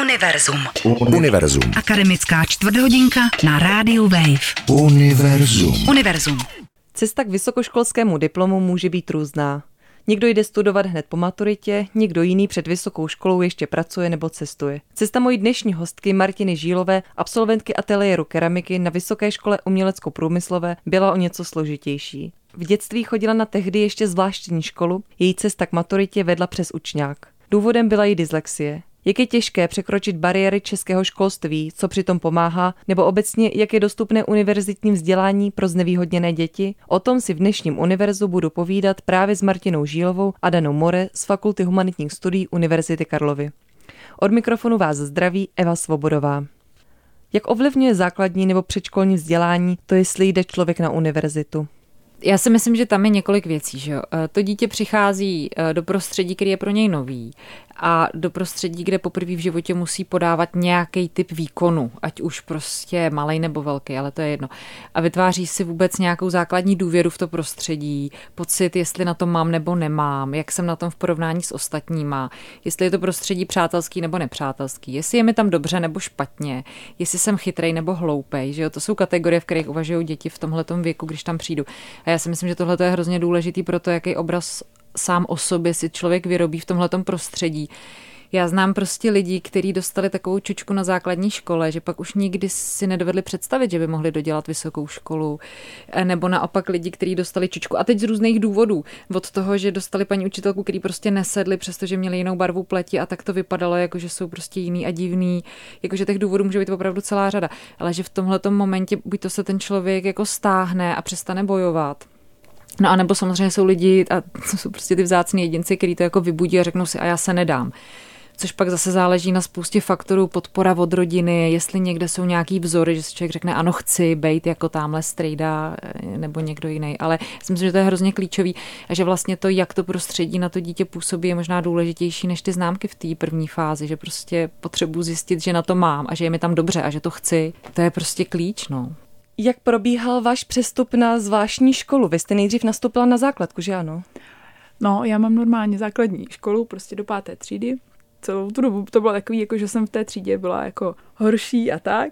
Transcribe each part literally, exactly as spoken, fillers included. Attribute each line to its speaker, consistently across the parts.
Speaker 1: Univerzum.
Speaker 2: Univerzum.
Speaker 1: Akademická čtvrthodinka na rádiu Wave.
Speaker 2: Univerzum.
Speaker 1: Univerzum.
Speaker 3: Cesta k vysokoškolskému diplomu může být různá. Někdo jde studovat hned po maturitě, někdo jiný před vysokou školou ještě pracuje nebo cestuje. Cesta mojí dnešní hostky Martiny Žílové, absolventky ateliéru keramiky na Vysoké škole umělecko-průmyslové, byla o něco složitější. V dětství chodila na tehdy ještě zvláštní školu, její cesta k maturitě vedla přes učňák. Důvodem byla její dyslexie. Jak je těžké překročit bariéry českého školství, co přitom pomáhá, nebo obecně, jak je dostupné univerzitní vzdělání pro znevýhodněné děti? O tom si v dnešním univerzu budu povídat právě s Martinou Žílovou a Danou More z Fakulty humanitních studií Univerzity Karlovy. Od mikrofonu vás zdraví Eva Svobodová. Jak ovlivňuje základní nebo předškolní vzdělání to, jestli jde člověk na univerzitu?
Speaker 4: Já si myslím, že tam je několik věcí. Že jo? To dítě přichází do prostředí, který je pro něj nový, a do prostředí, kde poprvé v životě musí podávat nějaký typ výkonu, ať už prostě malej nebo velký, ale to je jedno. A vytváří si vůbec nějakou základní důvěru v to prostředí, pocit, jestli na tom mám nebo nemám, jak jsem na tom v porovnání s ostatníma, jestli je to prostředí přátelský nebo nepřátelský, jestli je mi tam dobře nebo špatně, jestli jsem chytrej nebo hloupej, že jo? To jsou kategorie, v kterých uvažují děti v tomhletom věku, když tam přijdu. A já si myslím, že tohle je hrozně důležitý pro to, jaký obraz sám o sobě si člověk vyrobí v tomhletom prostředí. Já znám prostě lidi, kteří dostali takovou čočku na základní škole, že pak už nikdy si nedovedli představit, že by mohli dodělat vysokou školu, nebo naopak lidi, kteří dostali čočku, a teď z různých důvodů, od toho, že dostali paní učitelku, který prostě nesedli, přestože měli jinou barvu pleti, a tak to vypadalo, jako že jsou prostě jiný a divný, jakože těch důvodů může být opravdu celá řada, ale že v tomhletom momentě buď to se ten člověk jako stáhne a přestane bojovat. No a nebo samozřejmě jsou lidi, a to jsou prostě ty vzácní jedinci, kteří to jako vybudí a řeknou si, a já se nedám. Což pak zase záleží na spoustě faktorů, podpora od rodiny, jestli někde jsou nějaký vzory, že si člověk řekne, ano, chci bejt jako támhle strejda nebo někdo jiný. Ale myslím si, že to je hrozně klíčový a že vlastně to, jak to prostředí na to dítě působí, je možná důležitější než ty známky v té první fázi, že prostě potřebuji zjistit, že na to mám a že je mi tam dobře a že to chci. To je prostě klíč, no.
Speaker 3: Jak probíhal váš přestup na zvláštní školu? Vy jste nejdřív nastoupila na základku, že ano?
Speaker 5: No, já mám normálně základní školu, prostě do páté třídy. Celou tu dobu to bylo takový, jako že jsem v té třídě byla jako horší a tak.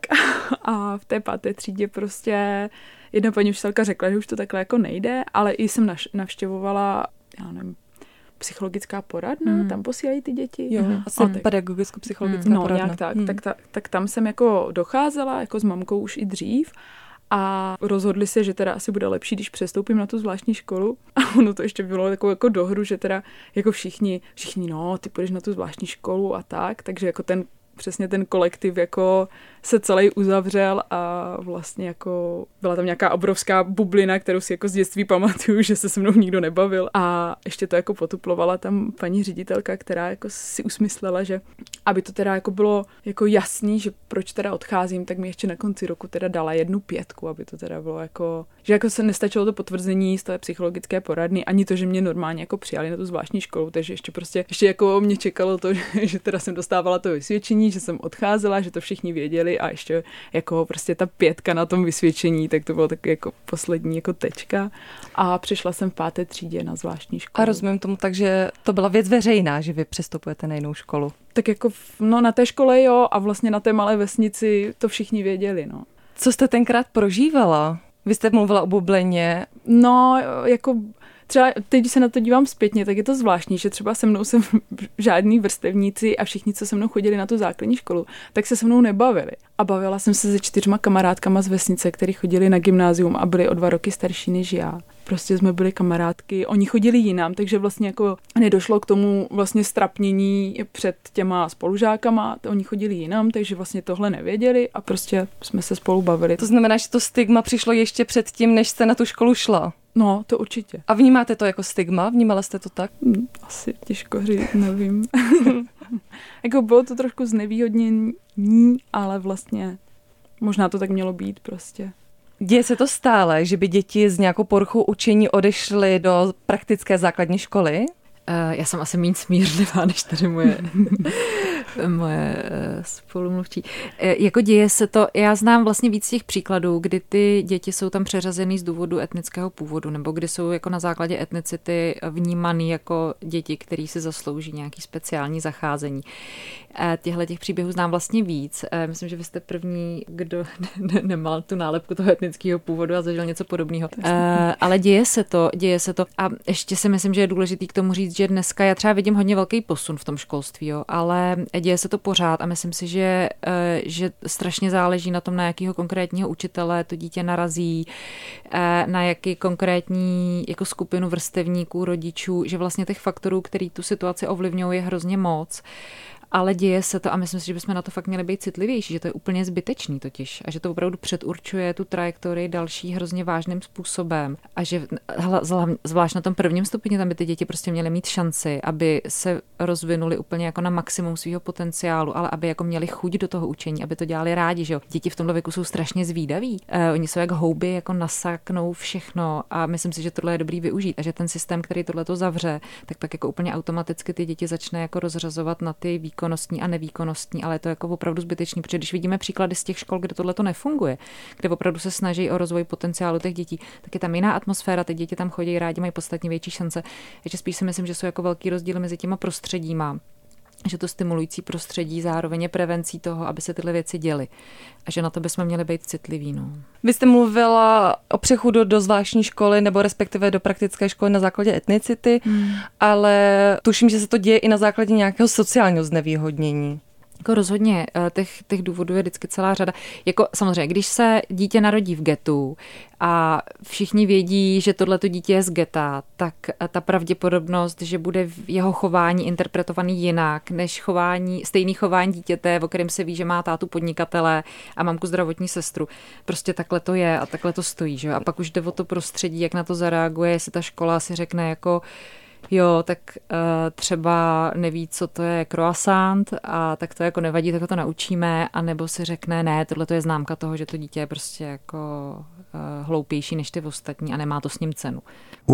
Speaker 5: A v té páté třídě prostě jedna paní učitelka řekla, že už to takhle jako nejde, ale i jsem navštěvovala, já nevím, psychologická poradna, hmm. tam posílají ty děti.
Speaker 3: Jo, asi pedagogicko-psychologická
Speaker 5: no,
Speaker 3: poradna.
Speaker 5: Nějak tak,
Speaker 3: hmm.
Speaker 5: tak, tak, tak tam jsem jako docházela, jako s mamkou už i dřív, a rozhodli se, že teda asi bude lepší, když přestoupím na tu zvláštní školu. A ono to ještě bylo takovou jako dohru, že teda jako všichni, všichni, no, ty půjdeš na tu zvláštní školu a tak, takže jako ten přesně ten kolektiv jako se celý uzavřel a vlastně jako byla tam nějaká obrovská bublina, kterou si jako z dětství pamatuju, že se se mnou nikdo nebavil, a ještě to jako potuplovala tam paní ředitelka, která jako si usmyslela, že aby to teda jako bylo jako jasný, že proč teda odcházím, tak mi ještě na konci roku teda dala jednu pětku, aby to teda bylo jako, že jako se nestačilo to potvrzení z té psychologické poradny, ani to, že mě normálně jako přijali na tu zvláštní školu, takže ještě prostě ještě jako mě čekalo to, že, že teda jsem dostávala to vysvědčení, že jsem odcházela, že to všichni věděli, a ještě jako prostě ta pětka na tom vysvědčení, tak to bylo taky jako poslední jako tečka, a přišla jsem v páté třídě na zvláštní školu.
Speaker 3: A rozumím tomu tak, že to byla věc veřejná, že vy přestupujete na jinou školu.
Speaker 5: Tak jako no na té škole jo, a vlastně na té malé vesnici to všichni věděli, no.
Speaker 3: Co jste tenkrát prožívala? Vy jste mluvila o bubleně.
Speaker 5: No, jako třeba teď, když se na to dívám zpětně, tak je to zvláštní, že třeba se mnou jsem žádný vrstevníci a všichni, co se mnou chodili na tu základní školu, tak se se mnou nebavili. A bavila jsem se se čtyřma kamarádkama z vesnice, který chodili na gymnázium a byli o dva roky starší než já. Prostě jsme byli kamarádky, oni chodili jinam, takže vlastně jako nedošlo k tomu vlastně strapnění před těma spolužákama, oni chodili jinam, takže vlastně tohle nevěděli a prostě jsme se spolu bavili.
Speaker 3: To znamená, že to stigma přišlo ještě před tím, než jste na tu školu šla?
Speaker 5: No, to určitě.
Speaker 3: A vnímáte to jako stigma? Vnímala jste to tak?
Speaker 5: Asi těžko říct, nevím. Jako bylo to trošku znevýhodnění, ale vlastně možná to tak mělo být prostě.
Speaker 3: Děje se to stále, že by děti z nějakou poruchou učení odešly do praktické základní školy?
Speaker 4: Já jsem asi méně smířlivá, než tady moje, moje spolumluvčí. Jako děje se to, já znám vlastně víc těch příkladů, kdy ty děti jsou tam přeřazený z důvodu etnického původu, nebo kdy jsou jako na základě etnicity vnímaný jako děti, který si zaslouží nějaký speciální zacházení. Těchto těch příběhů znám vlastně víc. Myslím, že vy jste první, kdo ne- nemal tu nálepku toho etnického původu a zažil něco podobného. Ale děje se to, děje se to. A ještě si myslím, že je důležitý k tomu říct, že dneska já třeba vidím hodně velký posun v tom školství, jo, ale děje se to pořád a myslím si, že, že strašně záleží na tom, na jakého konkrétního učitele to dítě narazí, na jaký konkrétní jako skupinu vrstevníků, rodičů, že vlastně těch faktorů, který tu situaci ovlivňují, je hrozně moc. Ale děje se to a myslím si, že bychom na to fakt měli být citlivější, že to je úplně zbytečný totiž a že to opravdu předurčuje tu trajektorii další hrozně vážným způsobem a že zvlášť na tom prvním stupni tam by ty děti prostě měly mít šanci, aby se rozvinuli úplně jako na maximum svého potenciálu, ale aby jako měli chuť do toho učení, aby to dělali rádi, že jo. Děti v tomhle věku jsou strašně zvídaví. Eh, oni jsou jak houby, jako nasáknou všechno a myslím si, že tohle je dobrý využít a že ten systém, který tohle to zavře, tak pak jako úplně automaticky ty děti začne jako rozřazovat na ty výkony výkonnostní a nevýkonnostní, ale je to jako opravdu zbytečný, protože když vidíme příklady z těch škol, kde tohle to nefunguje, kde opravdu se snaží o rozvoj potenciálu těch dětí, tak je tam jiná atmosféra, ty děti tam chodí rádi, mají podstatně větší šance. Takže spíš si myslím, že jsou jako velký rozdíly mezi těma prostředíma, že to stimulující prostředí zároveň je prevencí toho, aby se tyhle věci děly. A že na to bychom měli být citliví. No.
Speaker 3: Vy jste mluvila o přechodu do zvláštní školy nebo respektive do praktické školy na základě etnicity, hmm. ale tuším, že se to děje i na základě nějakého sociálního znevýhodnění.
Speaker 4: Jako rozhodně, těch, těch důvodů je vždycky celá řada. Jako samozřejmě, když se dítě narodí v getu a všichni vědí, že tohleto dítě je z geta, tak ta pravděpodobnost, že bude jeho chování interpretovaný jinak než chování, stejný chování dítěte, o kterém se ví, že má tátu podnikatele a mamku zdravotní sestru. Prostě takhle to je a takhle to stojí. Že? A pak už jde o to prostředí, jak na to zareaguje, jestli ta škola si řekne jako jo, tak uh, třeba neví, co to je croissant a tak to jako nevadí, tak to naučíme, anebo si řekne, ne, tohle to je známka toho, že to dítě je prostě jako uh, hloupější než ty ostatní a nemá to s ním cenu.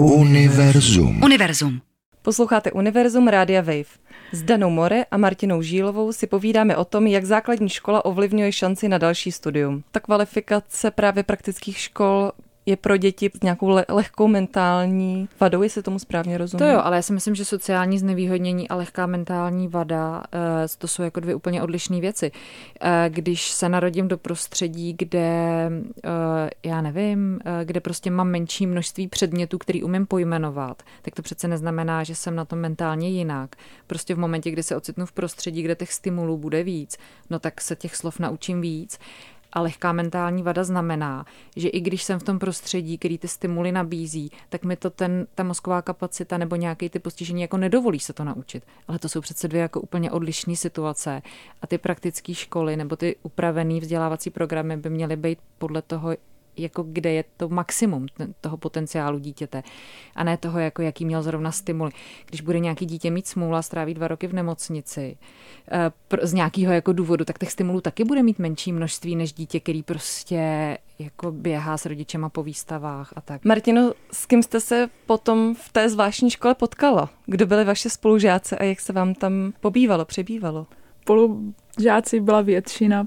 Speaker 2: Univerzum.
Speaker 1: Univerzum.
Speaker 3: Posloucháte Univerzum Rádia Wave. S Danou More a Martinou Žílovou si povídáme o tom, jak základní škola ovlivňuje šanci na další studium. Ta kvalifikace právě praktických škol je pro děti s nějakou le- lehkou mentální vadou, jestli tomu správně rozumím.
Speaker 4: To jo, ale já si myslím, že sociální znevýhodnění a lehká mentální vada, to jsou jako dvě úplně odlišné věci. Když se narodím do prostředí, kde, já nevím, kde prostě mám menší množství předmětů, který umím pojmenovat, tak to přece neznamená, že jsem na tom mentálně jinak. Prostě v momentě, kdy se ocitnu v prostředí, kde těch stimulů bude víc, no tak se těch slov naučím víc. A lehká mentální vada znamená, že i když jsem v tom prostředí, který ty stimuly nabízí, tak mi to ten, ta mozková kapacita nebo nějaký ty postižení jako nedovolí se to naučit. Ale to jsou přece dvě jako úplně odlišné situace. A ty praktické školy nebo ty upravené vzdělávací programy by měly být podle toho, jako kde je to maximum toho potenciálu dítěte a ne toho, jako jaký měl zrovna stimuly. Když bude nějaký dítě mít smůla, stráví dva roky v nemocnici z nějakého jako důvodu, tak těch stimulů taky bude mít menší množství než dítě, který prostě jako běhá s rodičema po výstavách a tak.
Speaker 3: Martino, s kým jste se potom v té zvláštní škole potkala? Kdo byli vaše spolužáci a jak se vám tam pobývalo, přebývalo?
Speaker 5: Spolužáci byla většina,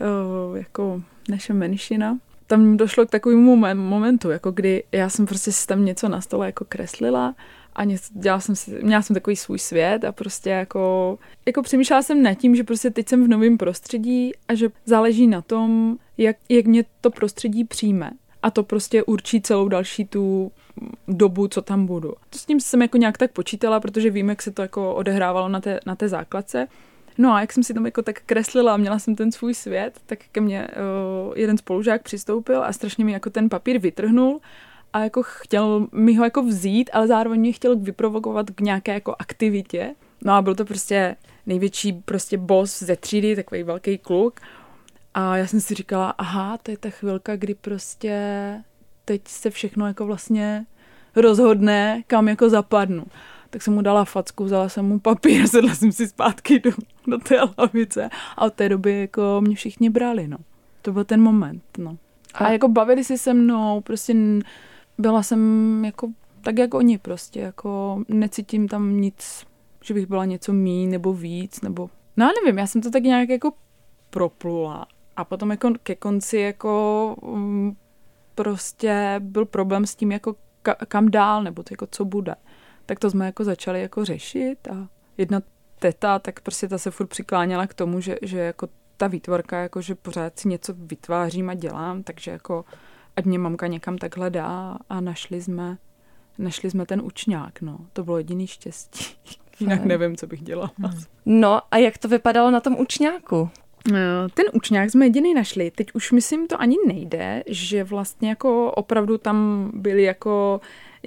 Speaker 5: jako naše menšina. Tam došlo k takovému momentu, jako kdy já jsem prostě si tam něco na stole jako kreslila a něco, dělala jsem si, měla jsem takový svůj svět a prostě jako, jako přemýšlela jsem nad tím, že prostě teď jsem v novém prostředí a že záleží na tom, jak, jak mě to prostředí přijme. A to prostě určí celou další tu dobu, co tam budu. To s tím jsem jako nějak tak počítala, protože vím, jak se to jako odehrávalo na té, na té základce. No a jak jsem si tam jako tak kreslila a měla jsem ten svůj svět, tak ke mně uh, jeden spolužák přistoupil a strašně mi jako ten papír vytrhnul a jako chtěl mi ho jako vzít, ale zároveň mě chtěl vyprovokovat k nějaké jako aktivitě. No a byl to prostě největší prostě boss ze třídy, takový velký kluk. A já jsem si říkala, aha, to je ta chvilka, kdy prostě teď se všechno jako vlastně rozhodne, kam jako zapadnu. Tak jsem mu dala facku, vzala jsem mu papír, sedla jsem si zpátky do, do té lavice a od té doby jako mě všichni brali, no. To byl ten moment, no. A jako bavili si se mnou, prostě byla jsem jako tak jak oni prostě, jako necítím tam nic, že bych byla něco míň nebo víc, nebo, no já nevím, já jsem to tak nějak jako proplula a potom jako ke konci jako um, prostě byl problém s tím, jako ka, kam dál, nebo to jako co bude. Tak to jsme jako začali jako řešit a jedna teta, tak prostě ta se furt přikláněla k tomu, že, že jako ta výtvarka, jako že pořád si něco vytvářím a dělám, takže jako ať mě mamka někam takhle dá a našli jsme, našli jsme ten učňák, no. To bylo jediný štěstí. Jinak nevím, co bych dělala. Hmm.
Speaker 3: No a jak to vypadalo na tom učňáku?
Speaker 5: Ten učňák jsme jediný našli. Teď už myslím, to ani nejde, že vlastně jako opravdu tam byly jako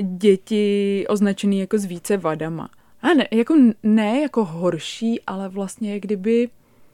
Speaker 5: děti označený jako s více vadama. A ne, jako ne jako horší, ale vlastně kdyby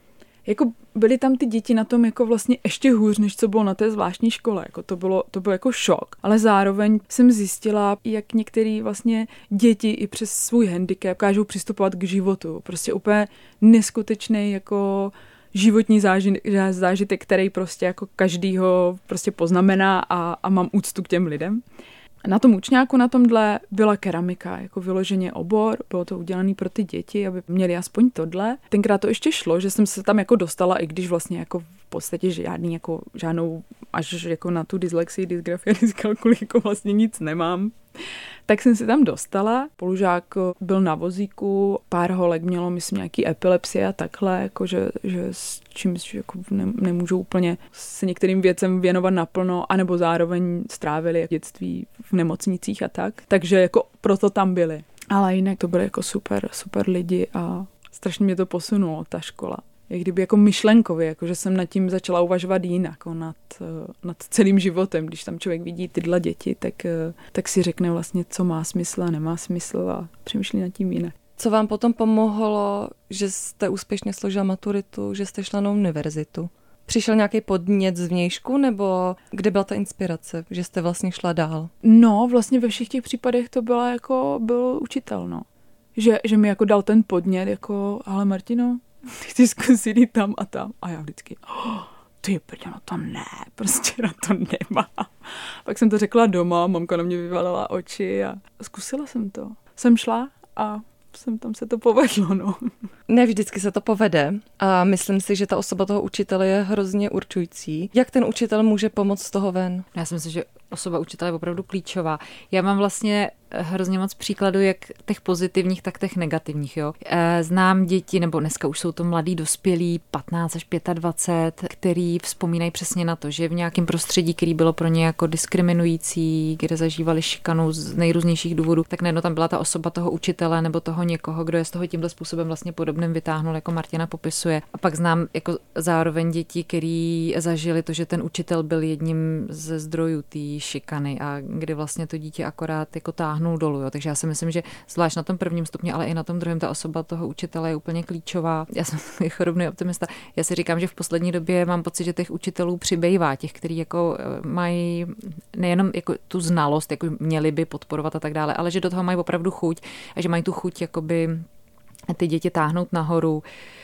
Speaker 5: jako byly tam ty děti na tom jako vlastně ještě hůř, než co bylo na té zvláštní škole. Jako to bylo, to byl jako šok. Ale zároveň jsem zjistila, jak některé vlastně děti i přes svůj handicap dokážou přistupovat k životu. Prostě úplně neskutečný jako životní zážitek, který prostě jako každýho prostě poznamená a, a mám úctu k těm lidem. Na tom učňáku, na tomhle byla keramika, jako vyloženě obor, bylo to udělané pro ty děti, aby měli aspoň tohle. Tenkrát to ještě šlo, že jsem se tam jako dostala, i když vlastně jako v podstatě žádný, jako žádnou, až jako na tu dyslexii, dysgrafii, dyskalkulii, jako vlastně nic nemám. Tak jsem se tam dostala, spolužák byl na vozíku, pár holek mělo, myslím, nějaký epilepsie a takhle, jako že, že s čím jako ne, nemůžou úplně se některým věcem věnovat naplno, anebo zároveň strávili dětství v nemocnicích a tak. Takže jako proto tam byli. Ale jinak to byly jako super, super lidi a strašně mě to posunulo, ta škola. Jak kdyby jako myšlenkově, jako že jsem nad tím začala uvažovat jinak, jako nad, nad celým životem. Když tam člověk vidí tyhle děti, tak, tak si řekne vlastně, co má smysl a nemá smysl a přemýšlí nad tím jinak.
Speaker 3: Co vám potom pomohlo, že jste úspěšně složila maturitu, že jste šla na univerzitu? Přišel nějaký podnět zvnějšku, nebo kde byla ta inspirace, že jste vlastně šla dál?
Speaker 5: No, vlastně ve všech těch případech to byla jako, byl učitel, no. Že, že mi jako dal ten podnět, jako, ale Martino, chci zkusit jít tam a tam. A já vždycky, oh, ty brďo, no to ne, prostě na to nemá. Pak jsem to řekla doma, mamka na mě vyvalila oči a zkusila jsem to. Jsem šla a jsem tam se to povedlo, no.
Speaker 3: Ne vždycky se to povede a myslím si, že ta osoba toho učitele je hrozně určující. Jak ten učitel může pomoct z toho ven?
Speaker 4: Já si myslím, že osoba učitele je opravdu klíčová. Já mám vlastně hrozně moc příkladů, jak těch pozitivních, tak těch negativních. Jo. Znám děti, nebo dneska už jsou to mladí dospělí, patnáct až dvacet pět, který vzpomínají přesně na to, že v nějakém prostředí, který bylo pro ně jako diskriminující, kde zažívali šikanu z nejrůznějších důvodů, tak najednou tam byla ta osoba toho učitele nebo toho někoho, kdo je z toho tímhle způsobem vlastně podobným vytáhnul, jako Martina popisuje. A pak znám jako zároveň děti, který zažili to, že ten učitel byl jedním ze zdrojů té šikany a kdy vlastně to dítě akorát jako táhnul dolů. Jo. Takže já si myslím, že zvlášť na tom prvním stupni, ale i na tom druhém ta osoba toho učitele je úplně klíčová. Já jsem chorobný optimista. Já si říkám, že v poslední době mám pocit, že těch učitelů přibývá, těch, kteří jako mají nejenom jako tu znalost, jako měli by podporovat a tak dále, ale že do toho mají opravdu chuť a že mají tu chuť jakoby ty děti táhnout nahoru.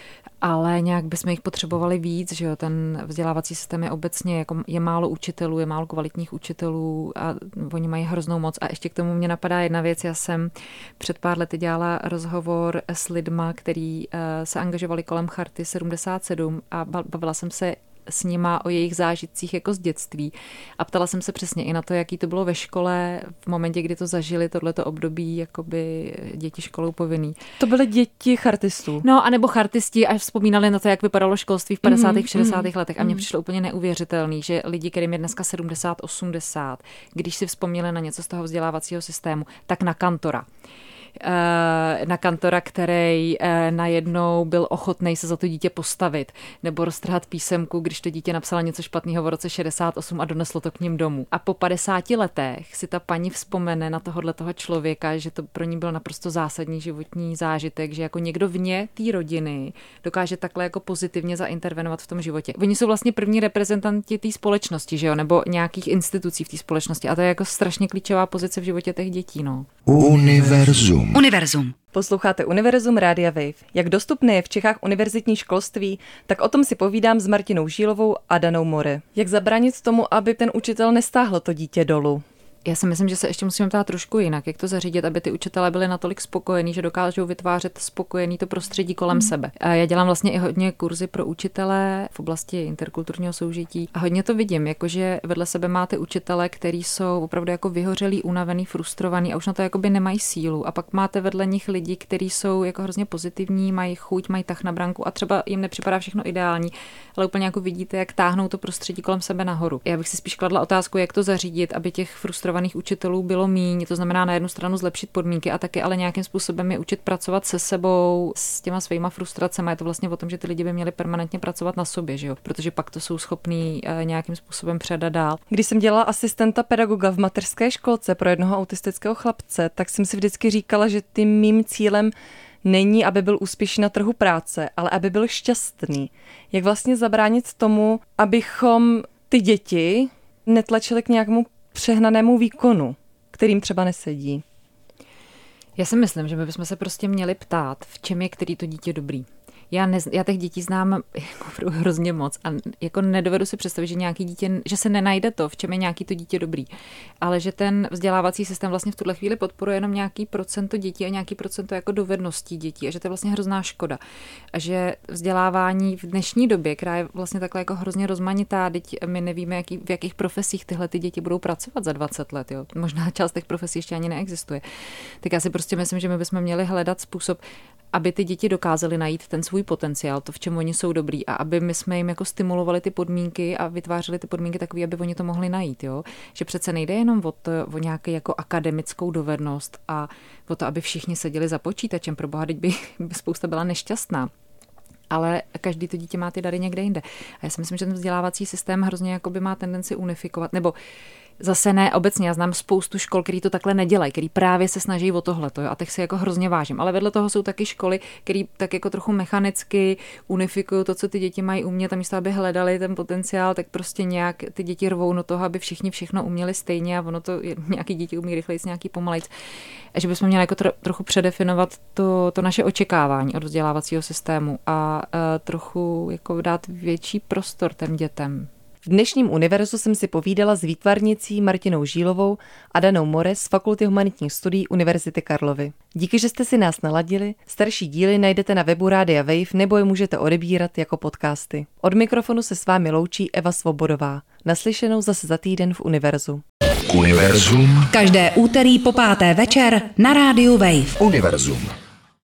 Speaker 4: Ale nějak bychom jich potřebovali víc, že jo, ten vzdělávací systém je obecně, jako je málo učitelů, je málo kvalitních učitelů a oni mají hroznou moc. A ještě k tomu mě napadá jedna věc, já jsem před pár lety dělala rozhovor s lidma, který se angažovali kolem Charty sedmdesát sedm a bavila jsem se s nima o jejich zážitcích jako z dětství. A ptala jsem se přesně i na to, jaký to bylo ve škole v momentě, kdy to zažili, tohleto období, jakoby děti školou povinný.
Speaker 3: To byly děti chartistů.
Speaker 4: No, anebo chartisti a vzpomínali na to, jak vypadalo školství v padesátých mm-hmm, šedesátých mm-hmm. letech. A mně mm-hmm. přišlo úplně neuvěřitelný, že lidi, kterým je dneska sedmdesát osmdesát, když si vzpomněli na něco z toho vzdělávacího systému, tak na kantora. na kantora, který najednou byl ochotnej se za to dítě postavit nebo roztrhat písemku, když to dítě napsala něco špatného v roce šedesát osm a doneslo to k ním domů. A po padesáti letech si ta paní vzpomene na tohohle toho člověka, že to pro ní byl naprosto zásadní životní zážitek, že jako někdo vně té rodiny dokáže takhle jako pozitivně zaintervenovat v tom životě. Oni jsou vlastně první reprezentanti té společnosti, že jo, nebo nějakých institucí v té společnosti a to je jako strašně klíčová pozice v životě těch dětí, no.
Speaker 2: Univerzum.
Speaker 1: Univerzum.
Speaker 3: Posloucháte Univerzum Rádia Wave. Jak dostupné je v Čechách univerzitní školství, tak o tom si povídám s Martinou Žílovou a Danou More. Jak zabránit tomu, aby ten učitel nestáhl to dítě dolů?
Speaker 4: Já si myslím, že se ještě musíme ptát trošku jinak, jak to zařídit, aby ty učitelé byli natolik spokojení, že dokážou vytvářet spokojený to prostředí kolem hmm. sebe. A já dělám vlastně i hodně kurzy pro učitele v oblasti interkulturního soužití a hodně to vidím, jakože vedle sebe máte učitele, kteří jsou opravdu jako vyhořelí, unavený, frustrovaný a už na to jakoby nemají sílu. A pak máte vedle nich lidi, kteří jsou jako hrozně pozitivní, mají chuť, mají tah na branku a třeba jim nepřipadá všechno ideální, ale úplně jako vidíte, jak táhnou to prostředí kolem sebe nahoru. Já bych si spíš kladla otázku, jak to zařídit, aby těch frustrovaných učitelů bylo míň. To znamená na jednu stranu zlepšit podmínky a taky ale nějakým způsobem je učit pracovat se sebou, s těma svýma frustracemi. Je to vlastně o tom, že ty lidi by měli permanentně pracovat na sobě, že jo? Protože pak to jsou schopní nějakým způsobem předat dál.
Speaker 3: Když jsem dělala asistenta pedagoga v mateřské školce pro jednoho autistického chlapce, tak jsem si vždycky říkala, že tím mým cílem není, aby byl úspěšný na trhu práce, ale aby byl šťastný. Jak vlastně zabránit tomu, abychom ty děti netlačili k nějakému přehnanému výkonu, kterým třeba nesedí?
Speaker 4: Já si myslím, že my bychom se prostě měli ptát, v čem je který to dítě dobrý. Já, ne, já těch dětí znám jako hrozně moc a jako nedovedu si představit, že nějaký dítě, že se nenajde to, v čem je nějaký to dítě dobrý, ale že ten vzdělávací systém vlastně v tuhle chvíli podporuje jenom nějaký procento dětí a nějaký procento jako dovedností dětí a že to je vlastně hrozná škoda. A že vzdělávání v dnešní době, která je vlastně takhle jako hrozně rozmanitá, teď my nevíme, jaký, v jakých profesích tyhle ty děti budou pracovat za dvacet let, jo. Možná část těch profesí ještě ani neexistuje. Tak já si prostě myslím, že my bychom měli hledat způsob, aby ty děti dokázaly najít ten svůj potenciál, to, v čem oni jsou dobrý a aby my jsme jim jako stimulovali ty podmínky a vytvářeli ty podmínky takové, aby oni to mohli najít, jo? Že přece nejde jenom o, to, o nějakou jako akademickou dovednost a o to, aby všichni seděli za počítačem, pro boha, teď by, by spousta byla nešťastná. Ale každý to dítě má ty dary někde jinde. A já si myslím, že ten vzdělávací systém hrozně jakoby má tendenci unifikovat, nebo zase ne obecně, já znám spoustu škol, který to takhle nedělají, který právě se snaží o tohleto, jo, a těch si jako hrozně vážím. Ale vedle toho jsou taky školy, které tak jako trochu mechanicky unifikují to, co ty děti mají umět, a místo, aby hledali ten potenciál, tak prostě nějak ty děti rvou do toho, aby všichni všechno uměli stejně a ono to nějaký děti umí rychleji, nějaký pomalejc. A že bychom měli jako tro, trochu předefinovat to, to naše očekávání od vzdělávacího systému a, a trochu jako dát větší prostor těm dětem.
Speaker 3: V dnešním univerzu jsem si povídala s výtvarnicí Martinou Žílovou a Danou Mores z Fakulty humanitních studií Univerzity Karlovy. Díky, že jste si nás naladili. Starší díly najdete na webu Rádia Wave nebo je můžete odebírat jako podcasty. Od mikrofonu se s vámi loučí Eva Svobodová. Naslyšenou zase za týden v Univerzu.
Speaker 2: Univerzum.
Speaker 1: Každé úterý po páté večer na Rádiu Wave.
Speaker 2: Univerzum.